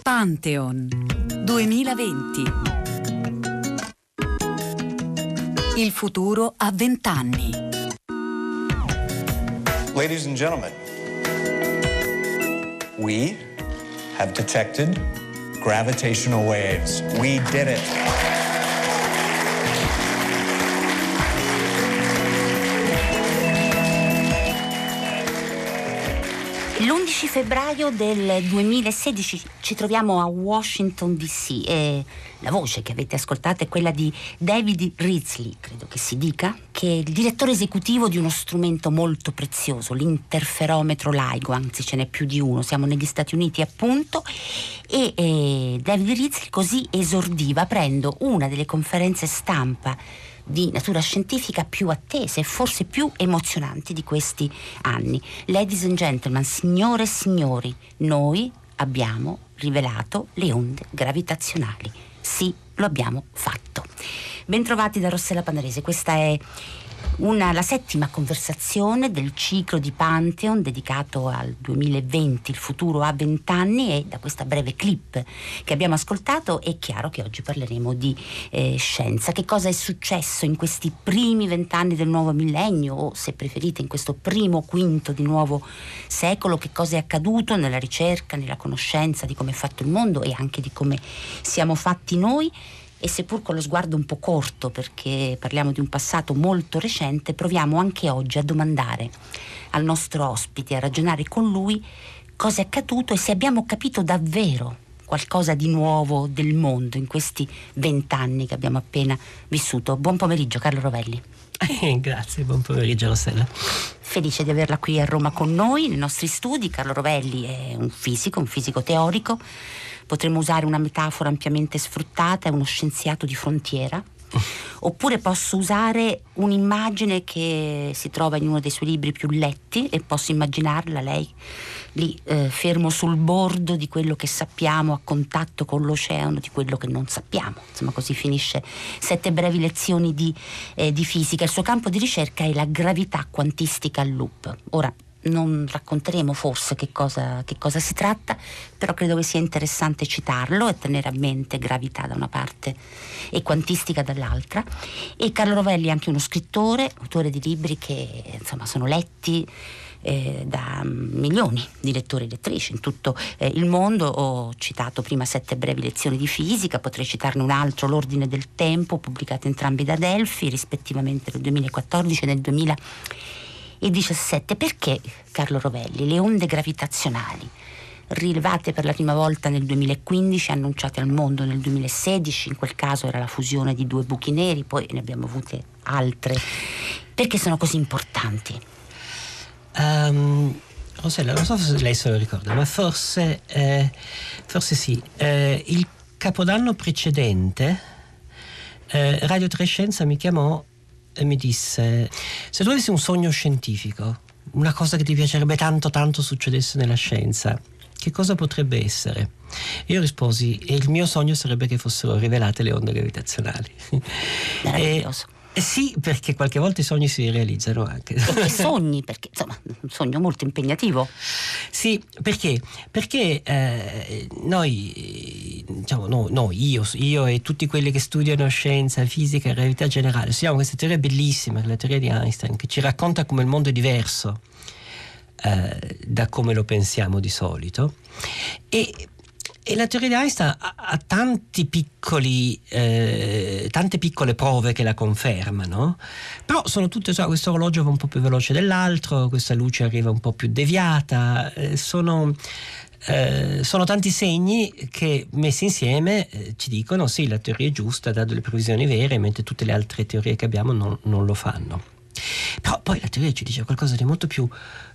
Pantheon 2020. Il futuro a 20 anni. Ladies and gentlemen, we have detected gravitational waves. We did it. L'11 febbraio del 2016 ci troviamo a Washington DC e la voce che avete ascoltato è quella di David Risley, credo che si dica, che è il direttore esecutivo di uno strumento molto prezioso, l'interferometro LIGO, anzi ce n'è più di uno, siamo negli Stati Uniti appunto, e David Risley così esordiva aprendo una delle conferenze stampa di natura scientifica più attese e forse più emozionanti di questi anni. Ladies and gentlemen, signore e signori, noi abbiamo rivelato le onde gravitazionali. Sì, lo abbiamo fatto. Bentrovati da Rossella Panarese, questa è la settima conversazione del ciclo di Pantheon dedicato al 2020, il futuro a 20 anni, e da questa breve clip che abbiamo ascoltato è chiaro che oggi parleremo di scienza. Che cosa è successo in questi primi 20 anni del nuovo millennio, o se preferite in questo primo quinto di nuovo secolo, che cosa è accaduto nella ricerca, nella conoscenza di come è fatto il mondo e anche di come siamo fatti noi. E seppur con lo sguardo un po' corto, perché parliamo di un passato molto recente, proviamo anche oggi a domandare al nostro ospite, a ragionare con lui cosa è accaduto e se abbiamo capito davvero qualcosa di nuovo del mondo in questi 20 anni che abbiamo appena vissuto. Buon pomeriggio Carlo Rovelli. Grazie, buon pomeriggio Rossella. Felice di averla qui a Roma con noi, nei nostri studi. Carlo Rovelli è un fisico teorico. Potremmo usare una metafora ampiamente sfruttata, è uno scienziato di frontiera. Oppure posso usare un'immagine che si trova in uno dei suoi libri più letti e posso immaginarla lei lì fermo sul bordo di quello che sappiamo, a contatto con l'oceano di quello che non sappiamo. Insomma, così finisce 7 brevi lezioni di fisica. Il suo campo di ricerca è la gravità quantistica a loop. Ora, non racconteremo forse che cosa si tratta, però credo che sia interessante citarlo e tenere a mente gravità da una parte e quantistica dall'altra. E Carlo Rovelli è anche uno scrittore, autore di libri che insomma sono letti da milioni di lettori e lettrici in tutto il mondo. Ho citato prima 7 brevi lezioni di fisica, potrei citarne un altro, L'ordine del tempo, pubblicati entrambi da Adelphi rispettivamente nel 2014 e nel 2017. Perché, Carlo Rovelli, le onde gravitazionali, rilevate per la prima volta nel 2015, annunciate al mondo nel 2016, in quel caso era la fusione di 2 buchi neri, poi ne abbiamo avute altre, perché sono così importanti? Rossella, non so se lei se lo ricorda, ma forse sì. Il Capodanno precedente Radio 3 Scienza mi chiamò e mi disse: se tu avessi un sogno scientifico, una cosa che ti piacerebbe tanto succedesse nella scienza, che cosa potrebbe essere? Io risposi: e il mio sogno sarebbe che fossero rivelate le onde gravitazionali. Meraviglioso. Sì, perché qualche volta i sogni si realizzano anche. E che sogni? Perché insomma un sogno molto impegnativo. Sì, perché noi, diciamo, io e tutti quelli che studiano scienza, fisica e realtà generale, studiamo questa teoria bellissima, la teoria di Einstein, che ci racconta come il mondo è diverso da come lo pensiamo di solito, e la teoria di Einstein ha tante piccole prove che la confermano, però sono tutte, questo orologio va un po' più veloce dell'altro, questa luce arriva un po' più deviata, sono tanti segni che messi insieme ci dicono sì, la teoria è giusta, dà delle previsioni vere, mentre tutte le altre teorie che abbiamo non lo fanno. Però poi la teoria ci dice qualcosa di molto più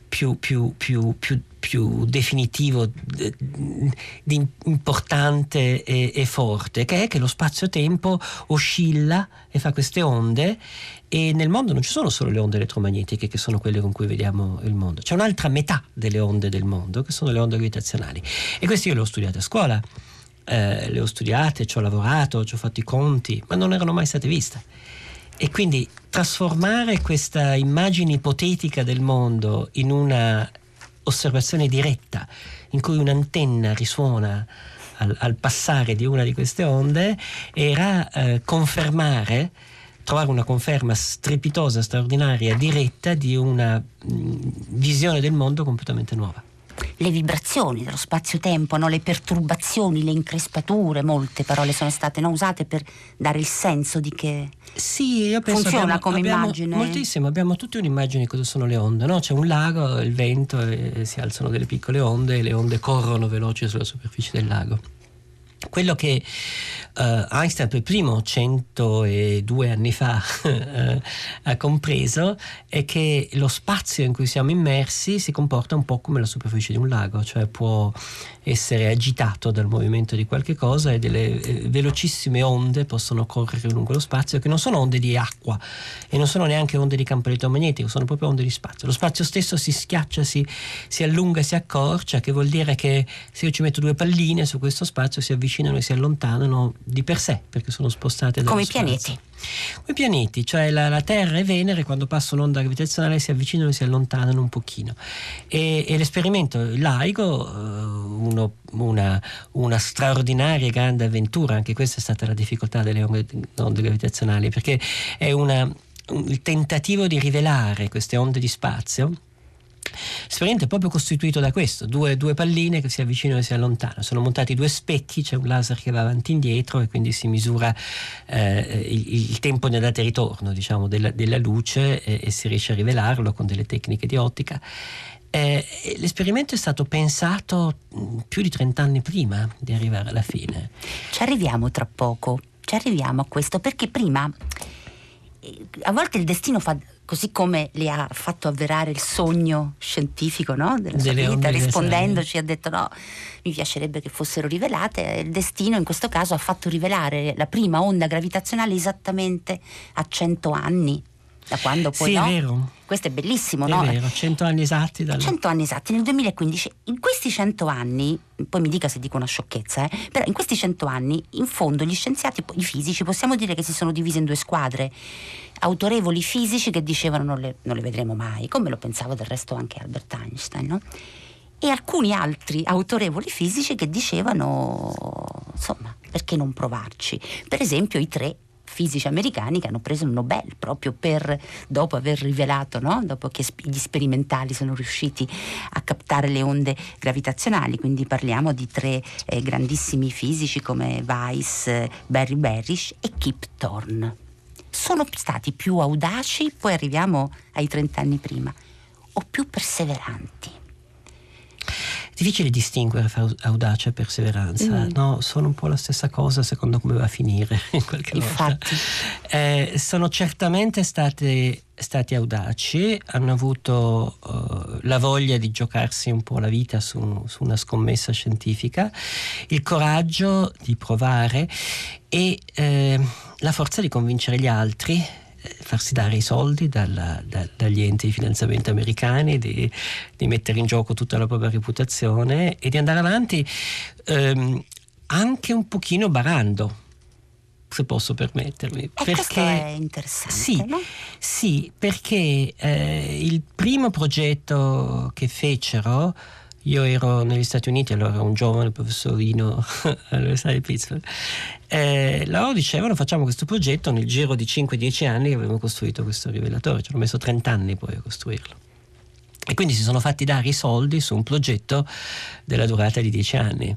definitivo, di importante e forte, che è che lo spazio-tempo oscilla e fa queste onde, e nel mondo non ci sono solo le onde elettromagnetiche, che sono quelle con cui vediamo il mondo, c'è un'altra metà delle onde del mondo, che sono le onde gravitazionali, e queste io le ho studiate a scuola, le ho studiate, ci ho lavorato, ci ho fatto i conti, ma non erano mai state viste. E quindi trasformare questa immagine ipotetica del mondo in una osservazione diretta, in cui un'antenna risuona al passare di una di queste onde era trovare una conferma strepitosa, straordinaria, diretta di una visione del mondo completamente nuova. Le vibrazioni dello spazio-tempo, no? Le perturbazioni, le increspature, molte parole sono state usate per dare il senso di che sì, io penso funziona come immagine. Moltissimo, abbiamo tutte un'immagine di cosa sono le onde, no? C'è un lago, il vento e si alzano delle piccole onde e le onde corrono veloci sulla superficie del lago. Quello che Einstein per primo 102 anni fa ha compreso è che lo spazio in cui siamo immersi si comporta un po' come la superficie di un lago, cioè può essere agitato dal movimento di qualche cosa e delle velocissime onde possono correre lungo lo spazio, che non sono onde di acqua e non sono neanche onde di campo elettromagnetico, sono proprio onde di spazio. Lo spazio stesso si schiaccia, si allunga, si accorcia, che vuol dire che se io ci metto due palline su questo spazio si avvicinano e si allontanano di per sé, perché sono spostate dallo spazio. Come i pianeti. Come i pianeti, cioè la Terra e Venere quando passa un'onda gravitazionale si avvicinano e si allontanano un pochino. E l'esperimento LIGO, una straordinaria e grande avventura, anche questa è stata la difficoltà delle onde gravitazionali, perché è il tentativo di rivelare queste onde di spazio. L'esperimento è proprio costituito da questo: due palline che si avvicinano e si allontanano. Sono montati due specchi, c'è un laser che va avanti e indietro e quindi si misura il tempo di andata e ritorno, diciamo, della luce e si riesce a rivelarlo con delle tecniche di ottica. L'esperimento è stato pensato più di 30 anni prima di arrivare alla fine. Ci arriviamo tra poco, ci arriviamo a questo, perché prima a volte il destino fa, così come le ha fatto avverare il sogno scientifico, no? Della sua vita, rispondendoci ha detto no, mi piacerebbe che fossero rivelate. Il destino in questo caso ha fatto rivelare la prima onda gravitazionale esattamente a 100 anni da quando poi, sì, no? È vero. Questo è bellissimo, è no? Vero, 100 anni esatti 100 anni esatti, nel 2015. In questi 100 anni, poi mi dica se dico una sciocchezza, però in questi 100 anni, in fondo, gli scienziati, i fisici, possiamo dire che si sono divisi in due squadre. Autorevoli fisici che dicevano non le vedremo mai, come lo pensava del resto anche Albert Einstein, no? E alcuni altri autorevoli fisici che dicevano, insomma, perché non provarci? Per esempio i 3 fisici americani che hanno preso il Nobel proprio dopo aver rivelato, no? Dopo che gli sperimentali sono riusciti a captare le onde gravitazionali. Quindi parliamo di 3 grandissimi fisici come Weiss, Barry Barish e Kip Thorne. Sono stati più audaci, poi arriviamo ai 30 anni prima, o più perseveranti? Difficile distinguere fra audacia e perseveranza, no? Sono un po' la stessa cosa secondo come va a finire in qualche volta. Infatti. Sono certamente stati audaci, hanno avuto la voglia di giocarsi un po' la vita su una scommessa scientifica, il coraggio di provare e la forza di convincere gli altri, farsi dare i soldi dagli enti di finanziamento americani, di mettere in gioco tutta la propria reputazione e di andare avanti anche un pochino barando, se posso permettermi. Perché questo è interessante, sì, no? Sì, perché il primo progetto che fecero, io ero negli Stati Uniti, allora un giovane professorino all'Università di Pittsburgh, loro dicevano facciamo questo progetto nel giro di 5-10 anni che avevamo costruito questo rivelatore, ci hanno messo 30 anni poi a costruirlo. E quindi si sono fatti dare i soldi su un progetto della durata di 10 anni.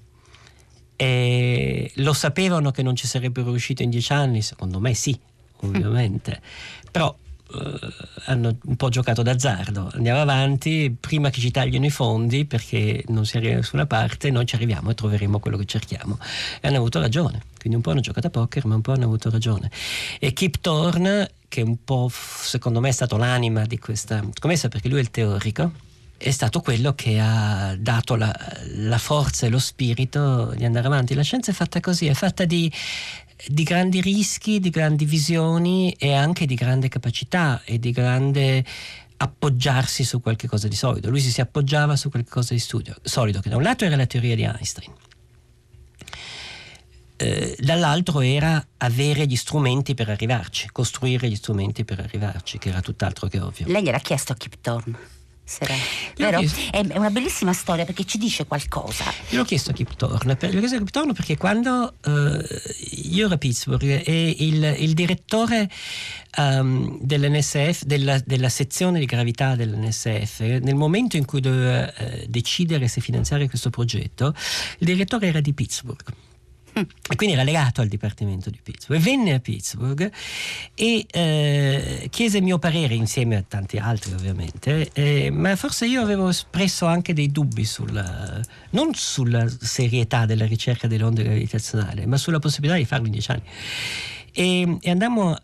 E lo sapevano che non ci sarebbero riusciti in 10 anni? Secondo me sì, ovviamente. Però hanno un po' giocato d'azzardo. Andiamo avanti, prima che ci tagliano i fondi perché non si arriva da nessuna parte, noi ci arriviamo e troveremo quello che cerchiamo. E hanno avuto ragione. Quindi un po' hanno giocato a poker, ma un po' hanno avuto ragione. E Kip Thorne, che un po' secondo me è stato l'anima di questa scommessa, perché lui è il teorico, è stato quello che ha dato la forza e lo spirito di andare avanti. La scienza è fatta così, è fatta di grandi rischi, di grandi visioni e anche di grande capacità e di grande appoggiarsi su qualche cosa di solido. Lui si appoggiava su qualche cosa di solido, che da un lato era la teoria di Einstein, dall'altro era avere gli strumenti per arrivarci, costruire gli strumenti per arrivarci, che era tutt'altro che ovvio. Lei gliel'ha chiesto a Kip Thorne? Vero? È una bellissima storia perché ci dice qualcosa. Io l'ho chiesto a Kip Thorne perché quando io ero a Pittsburgh e il direttore dell'NSF, della sezione di gravità dell'NSF, nel momento in cui doveva decidere se finanziare questo progetto, il direttore era di Pittsburgh. E quindi era legato al dipartimento di Pittsburgh. Venne a Pittsburgh e chiese il mio parere insieme a tanti altri ovviamente, ma forse io avevo espresso anche dei dubbi non sulla serietà della ricerca delle onde gravitazionali, ma sulla possibilità di farlo in 10 anni. E andammo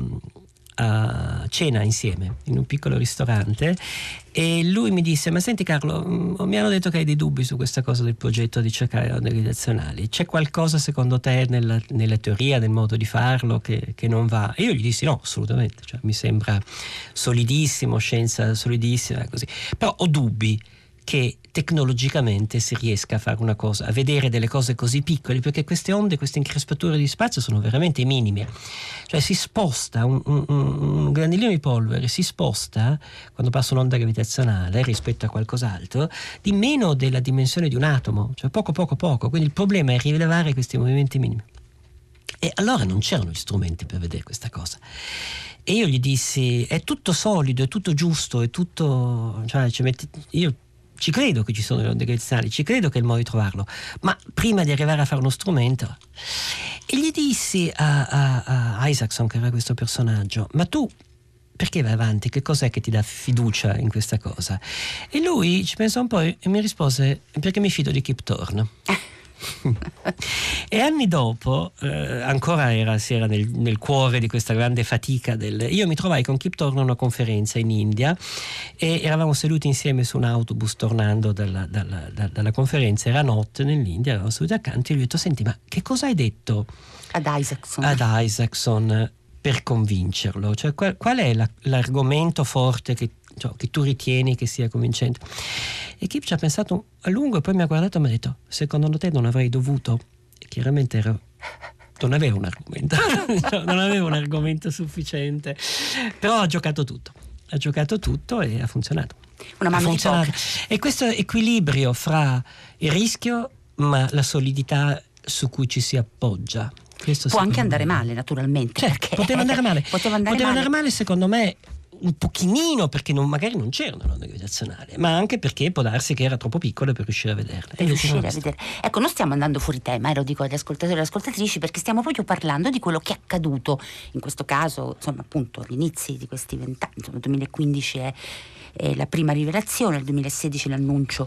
a cena insieme in un piccolo ristorante e lui mi disse: ma senti Carlo, mi hanno detto che hai dei dubbi su questa cosa del progetto di cercare le onde gravitazionali, c'è qualcosa secondo te nella teoria, nel modo di farlo che non va? E io gli dissi no, assolutamente, cioè, mi sembra solidissimo, scienza solidissima, così, però ho dubbi che tecnologicamente si riesca a fare una cosa, a vedere delle cose così piccole, perché queste onde, queste increspature di spazio sono veramente minime, cioè si sposta un granellino di polvere, si sposta quando passa un'onda gravitazionale rispetto a qualcos'altro di meno della dimensione di un atomo, cioè poco, quindi il problema è rilevare questi movimenti minimi. E allora non c'erano gli strumenti per vedere questa cosa. E io gli dissi: è tutto solido, è tutto giusto, è tutto, cioè io ci credo che ci sono le onde gravitazionali, ci credo che è il modo di trovarlo, ma prima di arrivare a fare uno strumento. E gli dissi a Isaacson, che era questo personaggio: ma tu perché vai avanti? Che cos'è che ti dà fiducia in questa cosa? E lui ci pensò un po' e mi rispose: perché mi fido di Kip Thorne. E anni dopo, ancora si era nel cuore di questa grande fatica io mi trovai con Kip Thorne a una conferenza in India e eravamo seduti insieme su un autobus tornando dalla conferenza, era notte nell'India, eravamo seduti accanto e gli ho detto: senti, ma che cosa hai detto ad Isaacson per convincerlo? Cioè, qual è l'argomento forte che tu ritieni che sia convincente? E Kip ci ha pensato a lungo e poi mi ha guardato e mi ha detto: secondo te non avrei dovuto? E chiaramente non avevo un argomento non avevo un argomento sufficiente, però ha giocato tutto e ha funzionato. Una mano di poker. E questo equilibrio fra il rischio ma la solidità su cui ci si appoggia, questo può anche andare male, naturalmente. Certo, poteva andare male secondo me un pochino, perché magari non c'erano le onde gravitazionali, ma anche perché può darsi che era troppo piccolo per riuscire a vederle. Ecco, non stiamo andando fuori tema, lo dico agli ascoltatori e alle ascoltatrici, perché stiamo proprio parlando di quello che è accaduto in questo caso, insomma, appunto agli inizi di questi 20 anni. Insomma, il 2015 è la prima rivelazione, il 2016 l'annuncio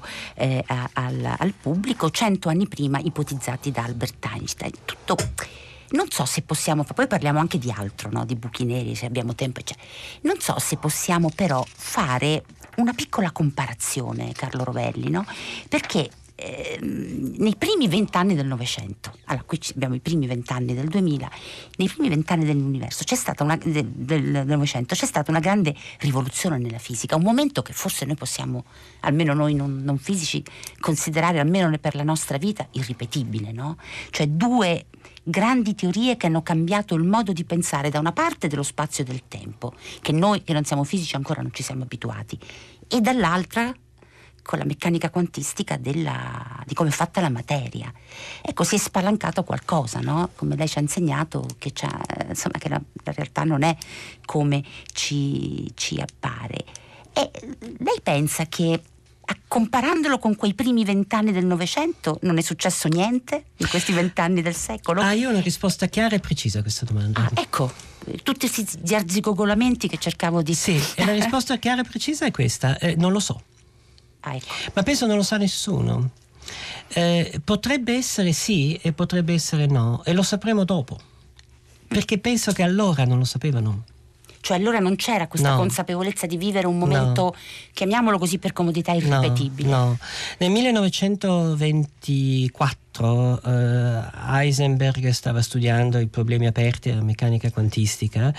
al pubblico, 100 anni prima ipotizzati da Albert Einstein. Tutto. Non so se possiamo, poi parliamo anche di altro, no? Di buchi neri, se abbiamo tempo, eccetera. Non so se possiamo però fare una piccola comparazione, Carlo Rovelli, no? Perché nei primi 20 anni del Novecento, allora qui abbiamo i primi 20 anni del 2000, nei primi 20 anni dell'universo del Novecento c'è stata una grande rivoluzione nella fisica, un momento che forse noi possiamo, almeno noi non fisici, considerare, almeno per la nostra vita, irripetibile, no? Cioè due grandi teorie che hanno cambiato il modo di pensare, da una parte dello spazio e del tempo, che noi che non siamo fisici ancora non ci siamo abituati, e dall'altra con la meccanica quantistica di come è fatta la materia. Ecco, si è spalancato qualcosa, no? Come lei ci ha insegnato, che la realtà non è come ci appare. E lei pensa che, comparandolo con quei primi 20 anni del Novecento, non è successo niente in questi 20 anni del secolo? Io ho una risposta chiara e precisa a questa domanda. Ecco, tutti questi arzigogolamenti che cercavo di... Sì, e la risposta chiara e precisa è questa: non lo so. Ecco. Ma penso non lo sa nessuno. Potrebbe essere sì e potrebbe essere no, e lo sapremo dopo, perché penso che allora non lo sapevano. Cioè allora non c'era questa consapevolezza di vivere un momento, chiamiamolo così per comodità, irripetibile. No. Nel 1924 Heisenberg stava studiando i problemi aperti della meccanica quantistica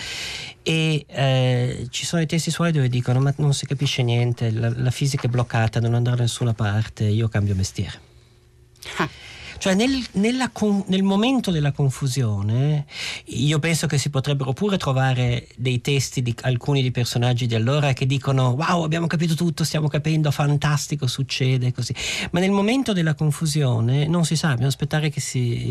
e ci sono i testi suoi dove dicono: ma non si capisce niente, la fisica è bloccata, non andrà da nessuna parte, io cambio mestiere. Cioè nel momento della confusione io penso che si potrebbero pure trovare dei testi di alcuni dei personaggi di allora che dicono wow, abbiamo capito tutto, stiamo capendo, fantastico, succede così, ma nel momento della confusione non si sa, bisogna aspettare che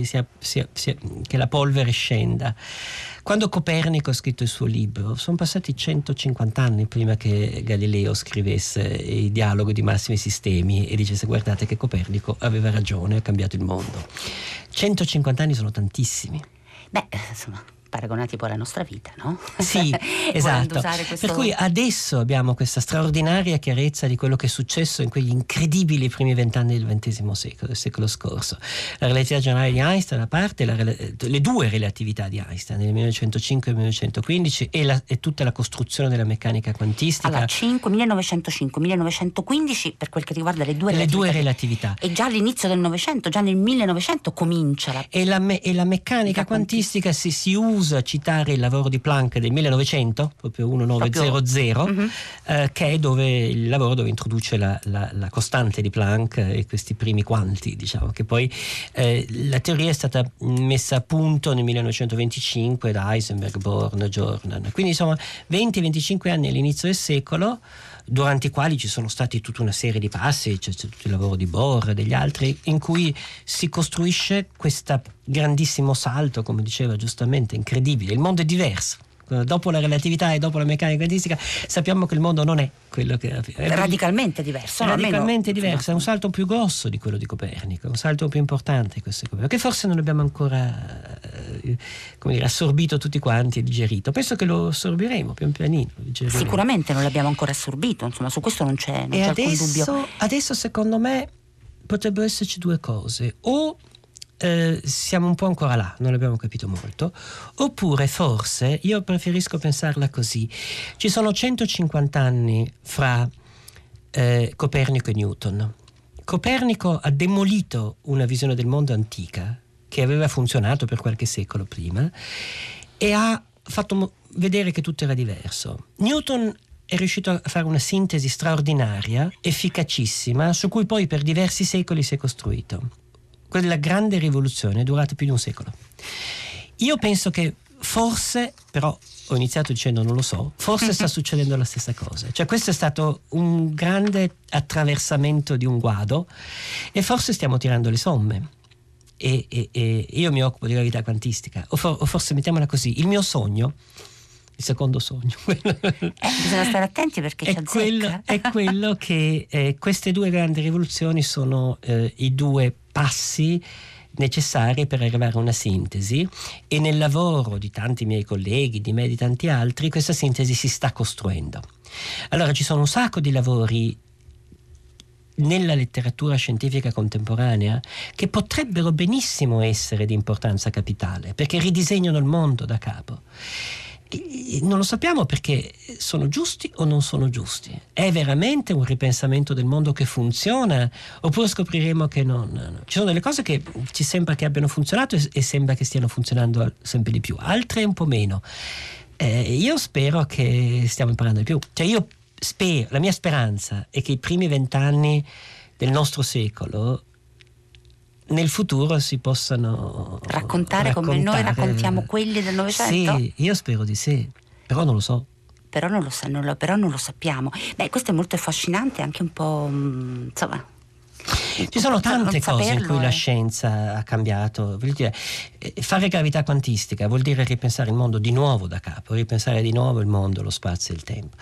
che la polvere scenda. Quando Copernico ha scritto il suo libro sono passati 150 anni prima che Galileo scrivesse i dialoghi di massimi sistemi e dicesse guardate che Copernico aveva ragione, ha cambiato il mondo. 150 anni sono tantissimi. Beh, insomma, paragonati poi alla nostra vita, no? Sì, esatto. Per cui adesso abbiamo questa straordinaria chiarezza di quello che è successo in quegli incredibili primi 20 anni del XX secolo, del secolo scorso. La relatività generale di Einstein da parte, le due relatività di Einstein nel 1905 e 1915 e tutta la costruzione della meccanica quantistica. Allora, 1905-1915 per quel che riguarda le due relatività. E già all'inizio del Novecento, già nel 1900 comincia la... E la meccanica quantistica si usa a citare il lavoro di Planck del 1900, proprio 1900, che è il lavoro dove introduce la costante di Planck e questi primi quanti, diciamo, che poi la teoria è stata messa a punto nel 1925 da Heisenberg, Born, Jordan. Quindi insomma 20-25 anni all'inizio del secolo, durante i quali ci sono stati tutta una serie di passi, c'è tutto il lavoro di Bohr e degli altri, in cui si costruisce questo grandissimo salto, come diceva giustamente, incredibile. Il mondo è diverso. Dopo la relatività e dopo la meccanica quantistica sappiamo che il mondo non è quello che è radicalmente diverso. Radicalmente diverso, è un salto più grosso di quello di Copernico, un salto più importante questo, che forse non abbiamo ancora assorbito tutti quanti e digerito. Penso che lo assorbiremo pian pianino. Sicuramente non l'abbiamo ancora assorbito, insomma, su questo non c'è alcun dubbio. Adesso secondo me potrebbero esserci due cose: o siamo un po' ancora là, non abbiamo capito molto, oppure forse, io preferisco pensarla così, ci sono 150 anni fra Copernico e Newton. Copernico ha demolito una visione del mondo antica che aveva funzionato per qualche secolo prima e ha fatto vedere che tutto era diverso. Newton è riuscito a fare una sintesi straordinaria, efficacissima, su cui poi per diversi secoli si è costruito. Quella grande rivoluzione è durata più di un secolo. Io penso che forse, però ho iniziato dicendo non lo so, forse sta succedendo la stessa cosa. Cioè questo è stato un grande attraversamento di un guado e forse stiamo tirando le somme. E io mi occupo di gravità quantistica, o forse mettiamola così, il mio sogno, il secondo sogno bisogna stare attenti perché ci azzecca. È quello che queste due grandi rivoluzioni sono i due passi necessari per arrivare a una sintesi, e nel lavoro di tanti miei colleghi, di me e di tanti altri, questa sintesi si sta costruendo. Allora ci sono un sacco di lavori nella letteratura scientifica contemporanea che potrebbero benissimo essere di importanza capitale, perché ridisegnano il mondo da capo. Non lo sappiamo perché sono giusti o non sono giusti. È veramente un ripensamento del mondo che funziona, oppure scopriremo che non. Ci sono delle cose che ci sembra che abbiano funzionato e sembra che stiano funzionando sempre di più, altre un po' meno. Io spero che stiamo imparando di più. Cioè io spero, la mia speranza è che i primi 20 anni del nostro secolo nel futuro si possano raccontare come noi raccontiamo quelli del Novecento? Sì, io spero di sì, però non lo so. Però non lo sappiamo. Beh, questo è molto affascinante, anche un po', insomma. Ci sono tante cose in cui la scienza ha cambiato. Vuol dire, fare gravità quantistica vuol dire ripensare il mondo di nuovo da capo, ripensare di nuovo il mondo, lo spazio e il tempo.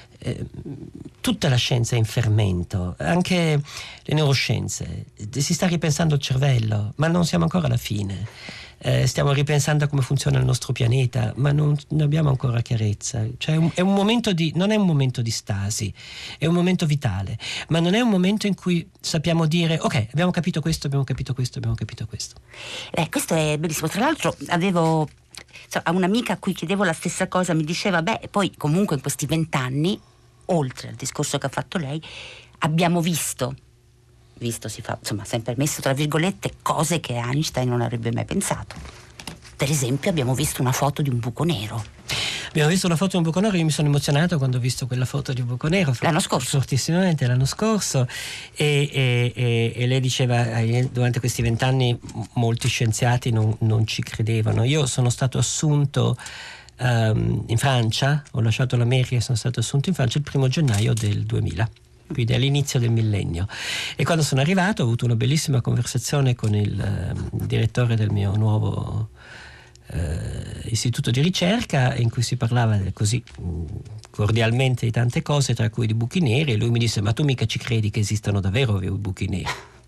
Tutta la scienza è in fermento, anche le neuroscienze. Si sta ripensando il cervello, ma non siamo ancora alla fine. Stiamo ripensando a come funziona il nostro pianeta, ma non abbiamo ancora chiarezza. Cioè non è un momento di stasi, è un momento vitale, ma non è un momento in cui sappiamo dire ok, abbiamo capito questo, abbiamo capito questo, abbiamo capito questo. Questo è bellissimo. Tra l'altro avevo a un'amica a cui chiedevo la stessa cosa, mi diceva poi comunque in questi 20 anni, oltre al discorso che ha fatto lei, abbiamo visto si fa, insomma, sempre messo tra virgolette, cose che Einstein non avrebbe mai pensato. Per esempio abbiamo visto una foto di un buco nero. Abbiamo visto una foto di un buco nero, io mi sono emozionato quando ho visto quella foto di un buco nero. L'anno scorso? Fortissimamente, l'anno scorso. E lei diceva, durante questi 20 anni molti scienziati non ci credevano. Io sono stato assunto in Francia, ho lasciato l'America e sono stato assunto in Francia il 1 gennaio del 2000. Quindi all'inizio del millennio, e quando sono arrivato ho avuto una bellissima conversazione con il direttore del mio nuovo istituto di ricerca, in cui si parlava così cordialmente di tante cose, tra cui di buchi neri, e lui mi disse: ma tu mica ci credi che esistano davvero i buchi neri?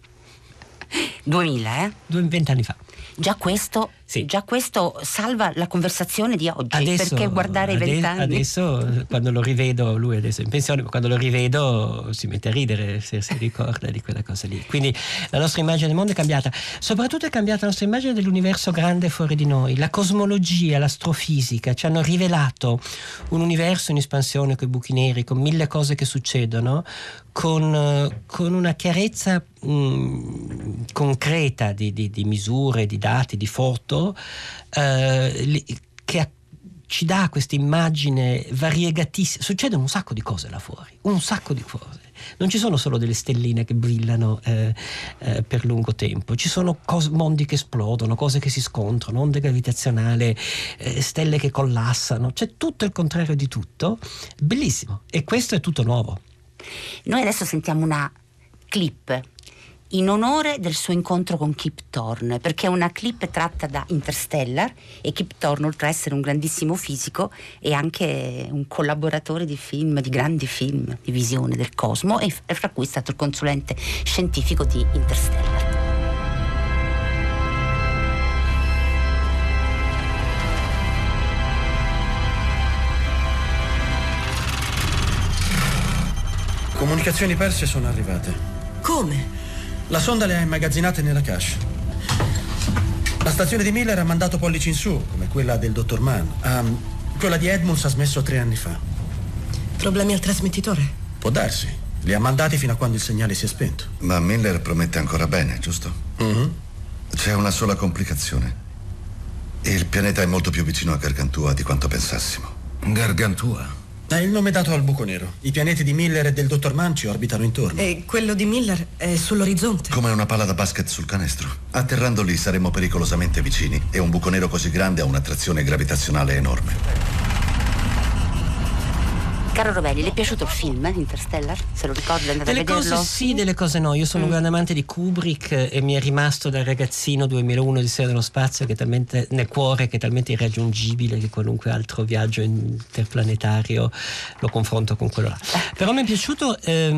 2000, 20 anni fa. Già questo salva la conversazione di oggi, adesso, perché guardare i 20 anni. Adesso, quando lo rivedo, lui adesso è in pensione, ma quando lo rivedo si mette a ridere se si ricorda di quella cosa lì. Quindi la nostra immagine del mondo è cambiata. Soprattutto è cambiata la nostra immagine dell'universo grande fuori di noi. La cosmologia, l'astrofisica ci hanno rivelato un universo in espansione con i buchi neri, con 1000 cose che succedono, con una chiarezza concreta di misure, di dati, di foto, che ci dà questa immagine variegatissima. Succedono un sacco di cose là fuori, un sacco di cose. Non ci sono solo delle stelline che brillano per lungo tempo, ci sono mondi che esplodono, cose che si scontrano, onde gravitazionali, stelle che collassano, c'è tutto il contrario di tutto, bellissimo, e questo è tutto nuovo. Noi adesso sentiamo una clip in onore del suo incontro con Kip Thorne, perché è una clip tratta da Interstellar, e Kip Thorne, oltre a essere un grandissimo fisico, è anche un collaboratore di film, di grandi film di visione del cosmo, e fra cui è stato il consulente scientifico di Interstellar. Comunicazioni perse sono arrivate. Come? La sonda le ha immagazzinate nella cache. La stazione di Miller ha mandato pollici in su, come quella del dottor Mann. Quella di Edmunds ha smesso 3 anni fa. Problemi al trasmettitore? Può darsi. Li ha mandati fino a quando il segnale si è spento. Ma Miller promette ancora bene, giusto? Mm-hmm. C'è una sola complicazione. Il pianeta è molto più vicino a Gargantua di quanto pensassimo. Gargantua? È il nome dato al buco nero. I pianeti di Miller e del dottor Mann ci orbitano intorno. E quello di Miller è sull'orizzonte? Come una palla da basket sul canestro. Atterrando lì saremmo pericolosamente vicini, e un buco nero così grande ha un'attrazione gravitazionale enorme. Caro Rovelli, le è piaciuto il film Interstellar? Se lo ricorda, è andato a vederlo? Delle cose sì, delle cose no. Io sono un grande amante di Kubrick, e mi è rimasto dal ragazzino 2001 di Odissea dello spazio, che è talmente nel cuore, che è talmente irraggiungibile, che qualunque altro viaggio interplanetario lo confronto con quello là. Però mi è piaciuto,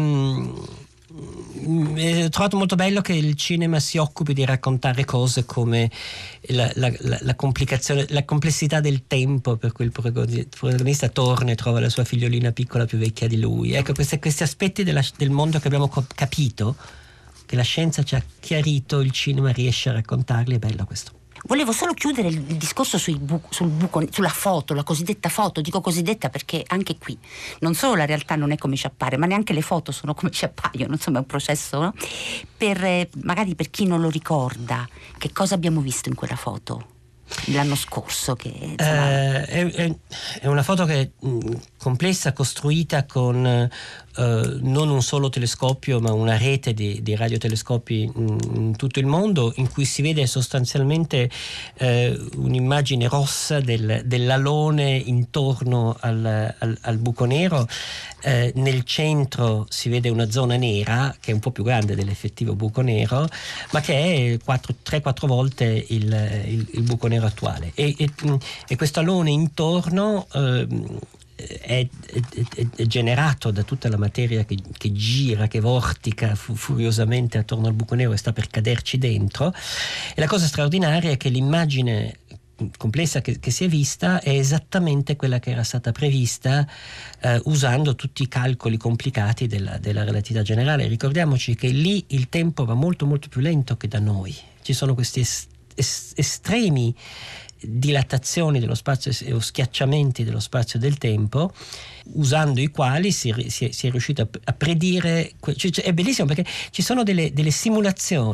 ho trovato molto bello che il cinema si occupi di raccontare cose come la complicazione, la complessità del tempo, per cui il protagonista torna e trova la sua figliolina piccola più vecchia di lui. Ecco, questi aspetti del mondo che abbiamo capito, che la scienza ci ha chiarito, il cinema riesce a raccontarli. È bello questo. Volevo solo chiudere il discorso sulla foto, la cosiddetta foto. Dico cosiddetta perché anche qui non solo la realtà non è come ci appare, ma neanche le foto sono come ci appaiono. Insomma, è un processo, no? Magari per chi non lo ricorda, che cosa abbiamo visto in quella foto l'anno scorso? È una foto che è complessa, costruita con non un solo telescopio, ma una rete di radiotelescopi in tutto il mondo, in cui si vede sostanzialmente un'immagine rossa dell'alone intorno al buco nero. Nel centro si vede una zona nera che è un po' più grande dell'effettivo buco nero, ma che è 3-4 volte il buco nero attuale, e questo alone intorno è generato da tutta la materia che gira, che vortica furiosamente attorno al buco nero e sta per caderci dentro. E la cosa straordinaria è che l'immagine complessa che si è vista è esattamente quella che era stata prevista usando tutti i calcoli complicati della relatività generale. Ricordiamoci che lì il tempo va molto molto più lento che da noi. Ci sono questi estremi dilatazioni dello spazio o schiacciamenti dello spazio e del tempo, usando i quali si è riuscito a predire. È bellissimo perché ci sono delle simulazioni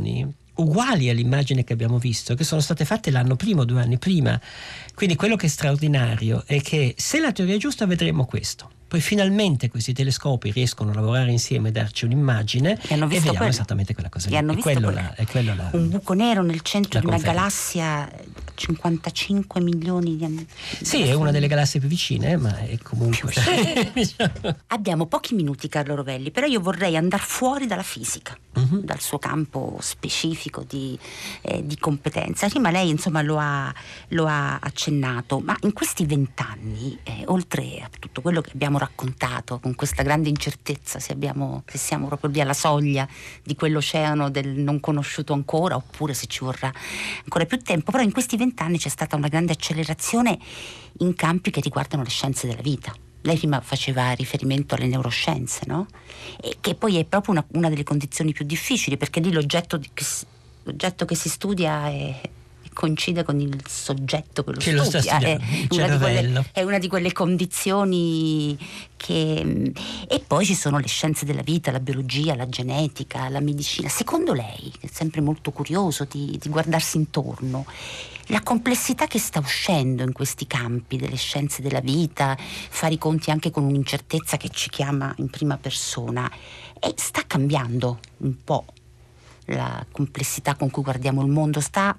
uguali all'immagine che abbiamo visto, che sono state fatte l'anno prima o 2 anni prima. Quindi quello che è straordinario è che se la teoria è giusta vedremo questo. Poi finalmente questi telescopi riescono a lavorare insieme e darci un'immagine e vediamo esattamente quella cosa lì. Hanno visto un buco nero nel centro di una galassia 55 milioni di anni. Sì, è una delle galassie più vicine, ma è comunque... Abbiamo pochi minuti, Carlo Rovelli, però io vorrei andare fuori dalla fisica, dal suo campo specifico di competenza. Prima lei, insomma, lo ha accennato, ma in questi 20 anni, oltre a tutto quello che abbiamo raccontato, con questa grande incertezza se siamo proprio lì alla soglia di quell'oceano del non conosciuto ancora, oppure se ci vorrà ancora più tempo, però in questi 20 anni c'è stata una grande accelerazione in campi che riguardano le scienze della vita. Lei prima faceva riferimento alle neuroscienze, no? E che poi è proprio una delle condizioni più difficili, perché lì l'oggetto che si studia coincide con il soggetto che lo studia. È una di quelle condizioni che... E poi ci sono le scienze della vita, la biologia, la genetica, la medicina. Secondo lei, che è sempre molto curioso di guardarsi intorno, la complessità che sta uscendo in questi campi delle scienze della vita, fare i conti anche con un'incertezza che ci chiama in prima persona, e sta cambiando un po' la complessità con cui guardiamo il mondo,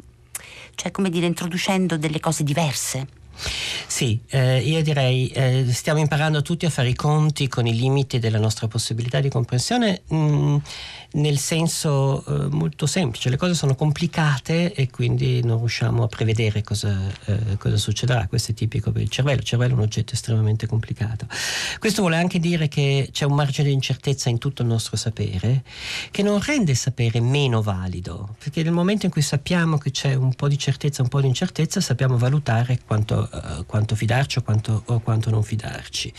introducendo delle cose diverse. Sì, io direi stiamo imparando tutti a fare i conti con i limiti della nostra possibilità di comprensione, nel senso molto semplice. Le cose sono complicate e quindi non riusciamo a prevedere cosa succederà. Questo è tipico per il cervello. Il cervello è un oggetto estremamente complicato. Questo vuole anche dire che c'è un margine di incertezza in tutto il nostro sapere, che non rende il sapere meno valido, perché nel momento in cui sappiamo che c'è un po' di certezza, un po' di incertezza, sappiamo valutare quanto fidarci o quanto non fidarci.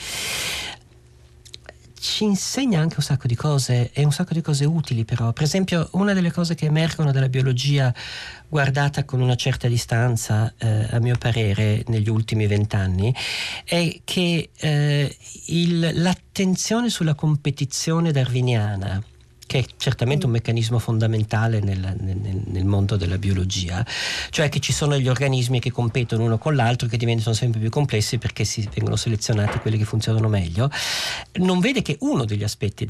Ci insegna anche un sacco di cose, e un sacco di cose utili però. Per esempio, una delle cose che emergono dalla biologia guardata con una certa distanza, a mio parere, negli ultimi 20 anni, è che l'attenzione sulla competizione darwiniana, che è certamente un meccanismo fondamentale nel mondo della biologia, cioè che ci sono gli organismi che competono uno con l'altro, che diventano sempre più complessi perché si vengono selezionati quelli che funzionano meglio, non vede che uno degli aspetti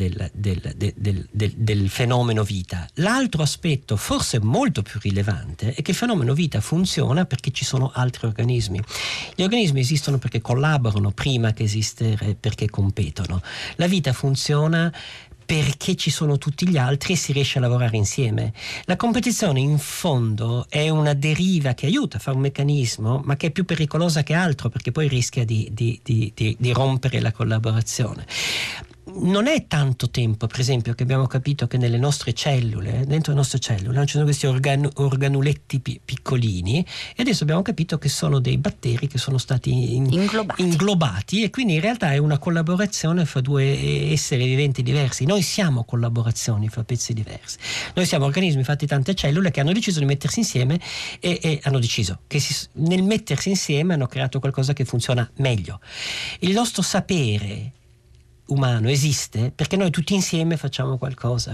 del fenomeno vita. L'altro aspetto, forse molto più rilevante, è che il fenomeno vita funziona perché ci sono altri organismi. Gli organismi esistono perché collaborano prima che esistere perché competono. La vita funziona perché ci sono tutti gli altri e si riesce a lavorare insieme. La competizione in fondo è una deriva che aiuta a fare un meccanismo, ma che è più pericolosa che altro, perché poi rischia di rompere la collaborazione. Non è tanto tempo, per esempio, che abbiamo capito che nelle nostre cellule, dentro le nostre cellule, ci sono questi organuletti piccolini, e adesso abbiamo capito che sono dei batteri che sono stati inglobati, e quindi in realtà è una collaborazione fra due esseri viventi diversi. Noi siamo collaborazioni fra pezzi diversi. Noi siamo organismi fatti di tante cellule che hanno deciso di mettersi insieme e hanno deciso che nel mettersi insieme hanno creato qualcosa che funziona meglio. Il nostro sapere umano esiste perché noi tutti insieme facciamo qualcosa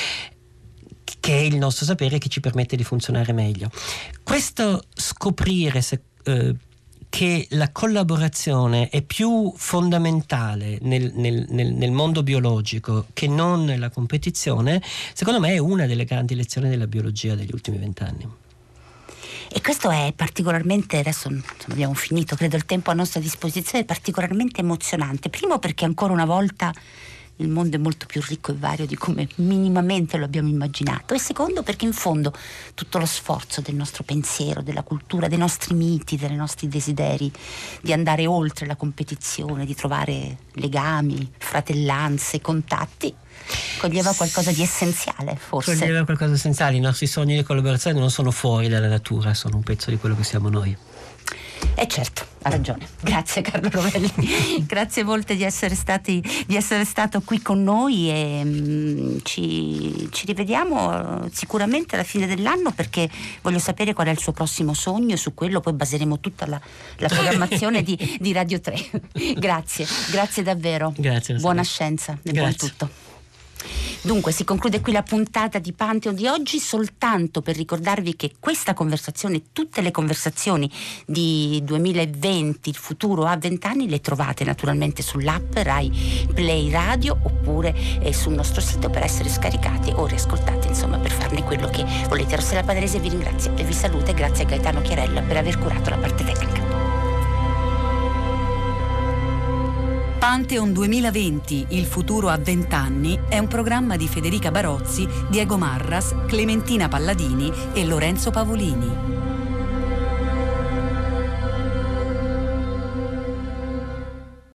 che è il nostro sapere, che ci permette di funzionare meglio. Questo scoprire che la collaborazione è più fondamentale nel mondo biologico che non nella competizione, secondo me è una delle grandi lezioni della biologia degli ultimi 20 anni. E questo è particolarmente, adesso abbiamo finito, credo, il tempo a nostra disposizione, è particolarmente emozionante. Primo perché ancora una volta il mondo è molto più ricco e vario di come minimamente lo abbiamo immaginato, e secondo perché in fondo tutto lo sforzo del nostro pensiero, della cultura, dei nostri miti, dei nostri desideri di andare oltre la competizione, di trovare legami, fratellanze, contatti, coglieva qualcosa di essenziale, forse. Coglieva qualcosa di essenziale. I nostri sogni di collaborazione non sono fuori dalla natura, sono un pezzo di quello che siamo noi. Certo, ha ragione. Grazie Carlo Rovelli. Grazie molte di essere stato qui con noi, e ci rivediamo sicuramente alla fine dell'anno, perché voglio sapere qual è il suo prossimo sogno, e su quello poi baseremo tutta la programmazione di Radio 3. Grazie davvero. Grazie. Buona scienza e buon tutto. Dunque si conclude qui la puntata di Pantheon di oggi, soltanto per ricordarvi che questa conversazione, tutte le conversazioni di 2020, il futuro a 20 anni, le trovate naturalmente sull'app Rai Play Radio oppure sul nostro sito per essere scaricate o riascoltate, insomma, per farne quello che volete. Rossella Padrese vi ringrazia e vi saluta, e grazie a Gaetano Chiarella per aver curato la parte tecnica. Pantheon 2020, il futuro a 20 anni, è un programma di Federica Barozzi, Diego Marras, Clementina Palladini e Lorenzo Pavolini.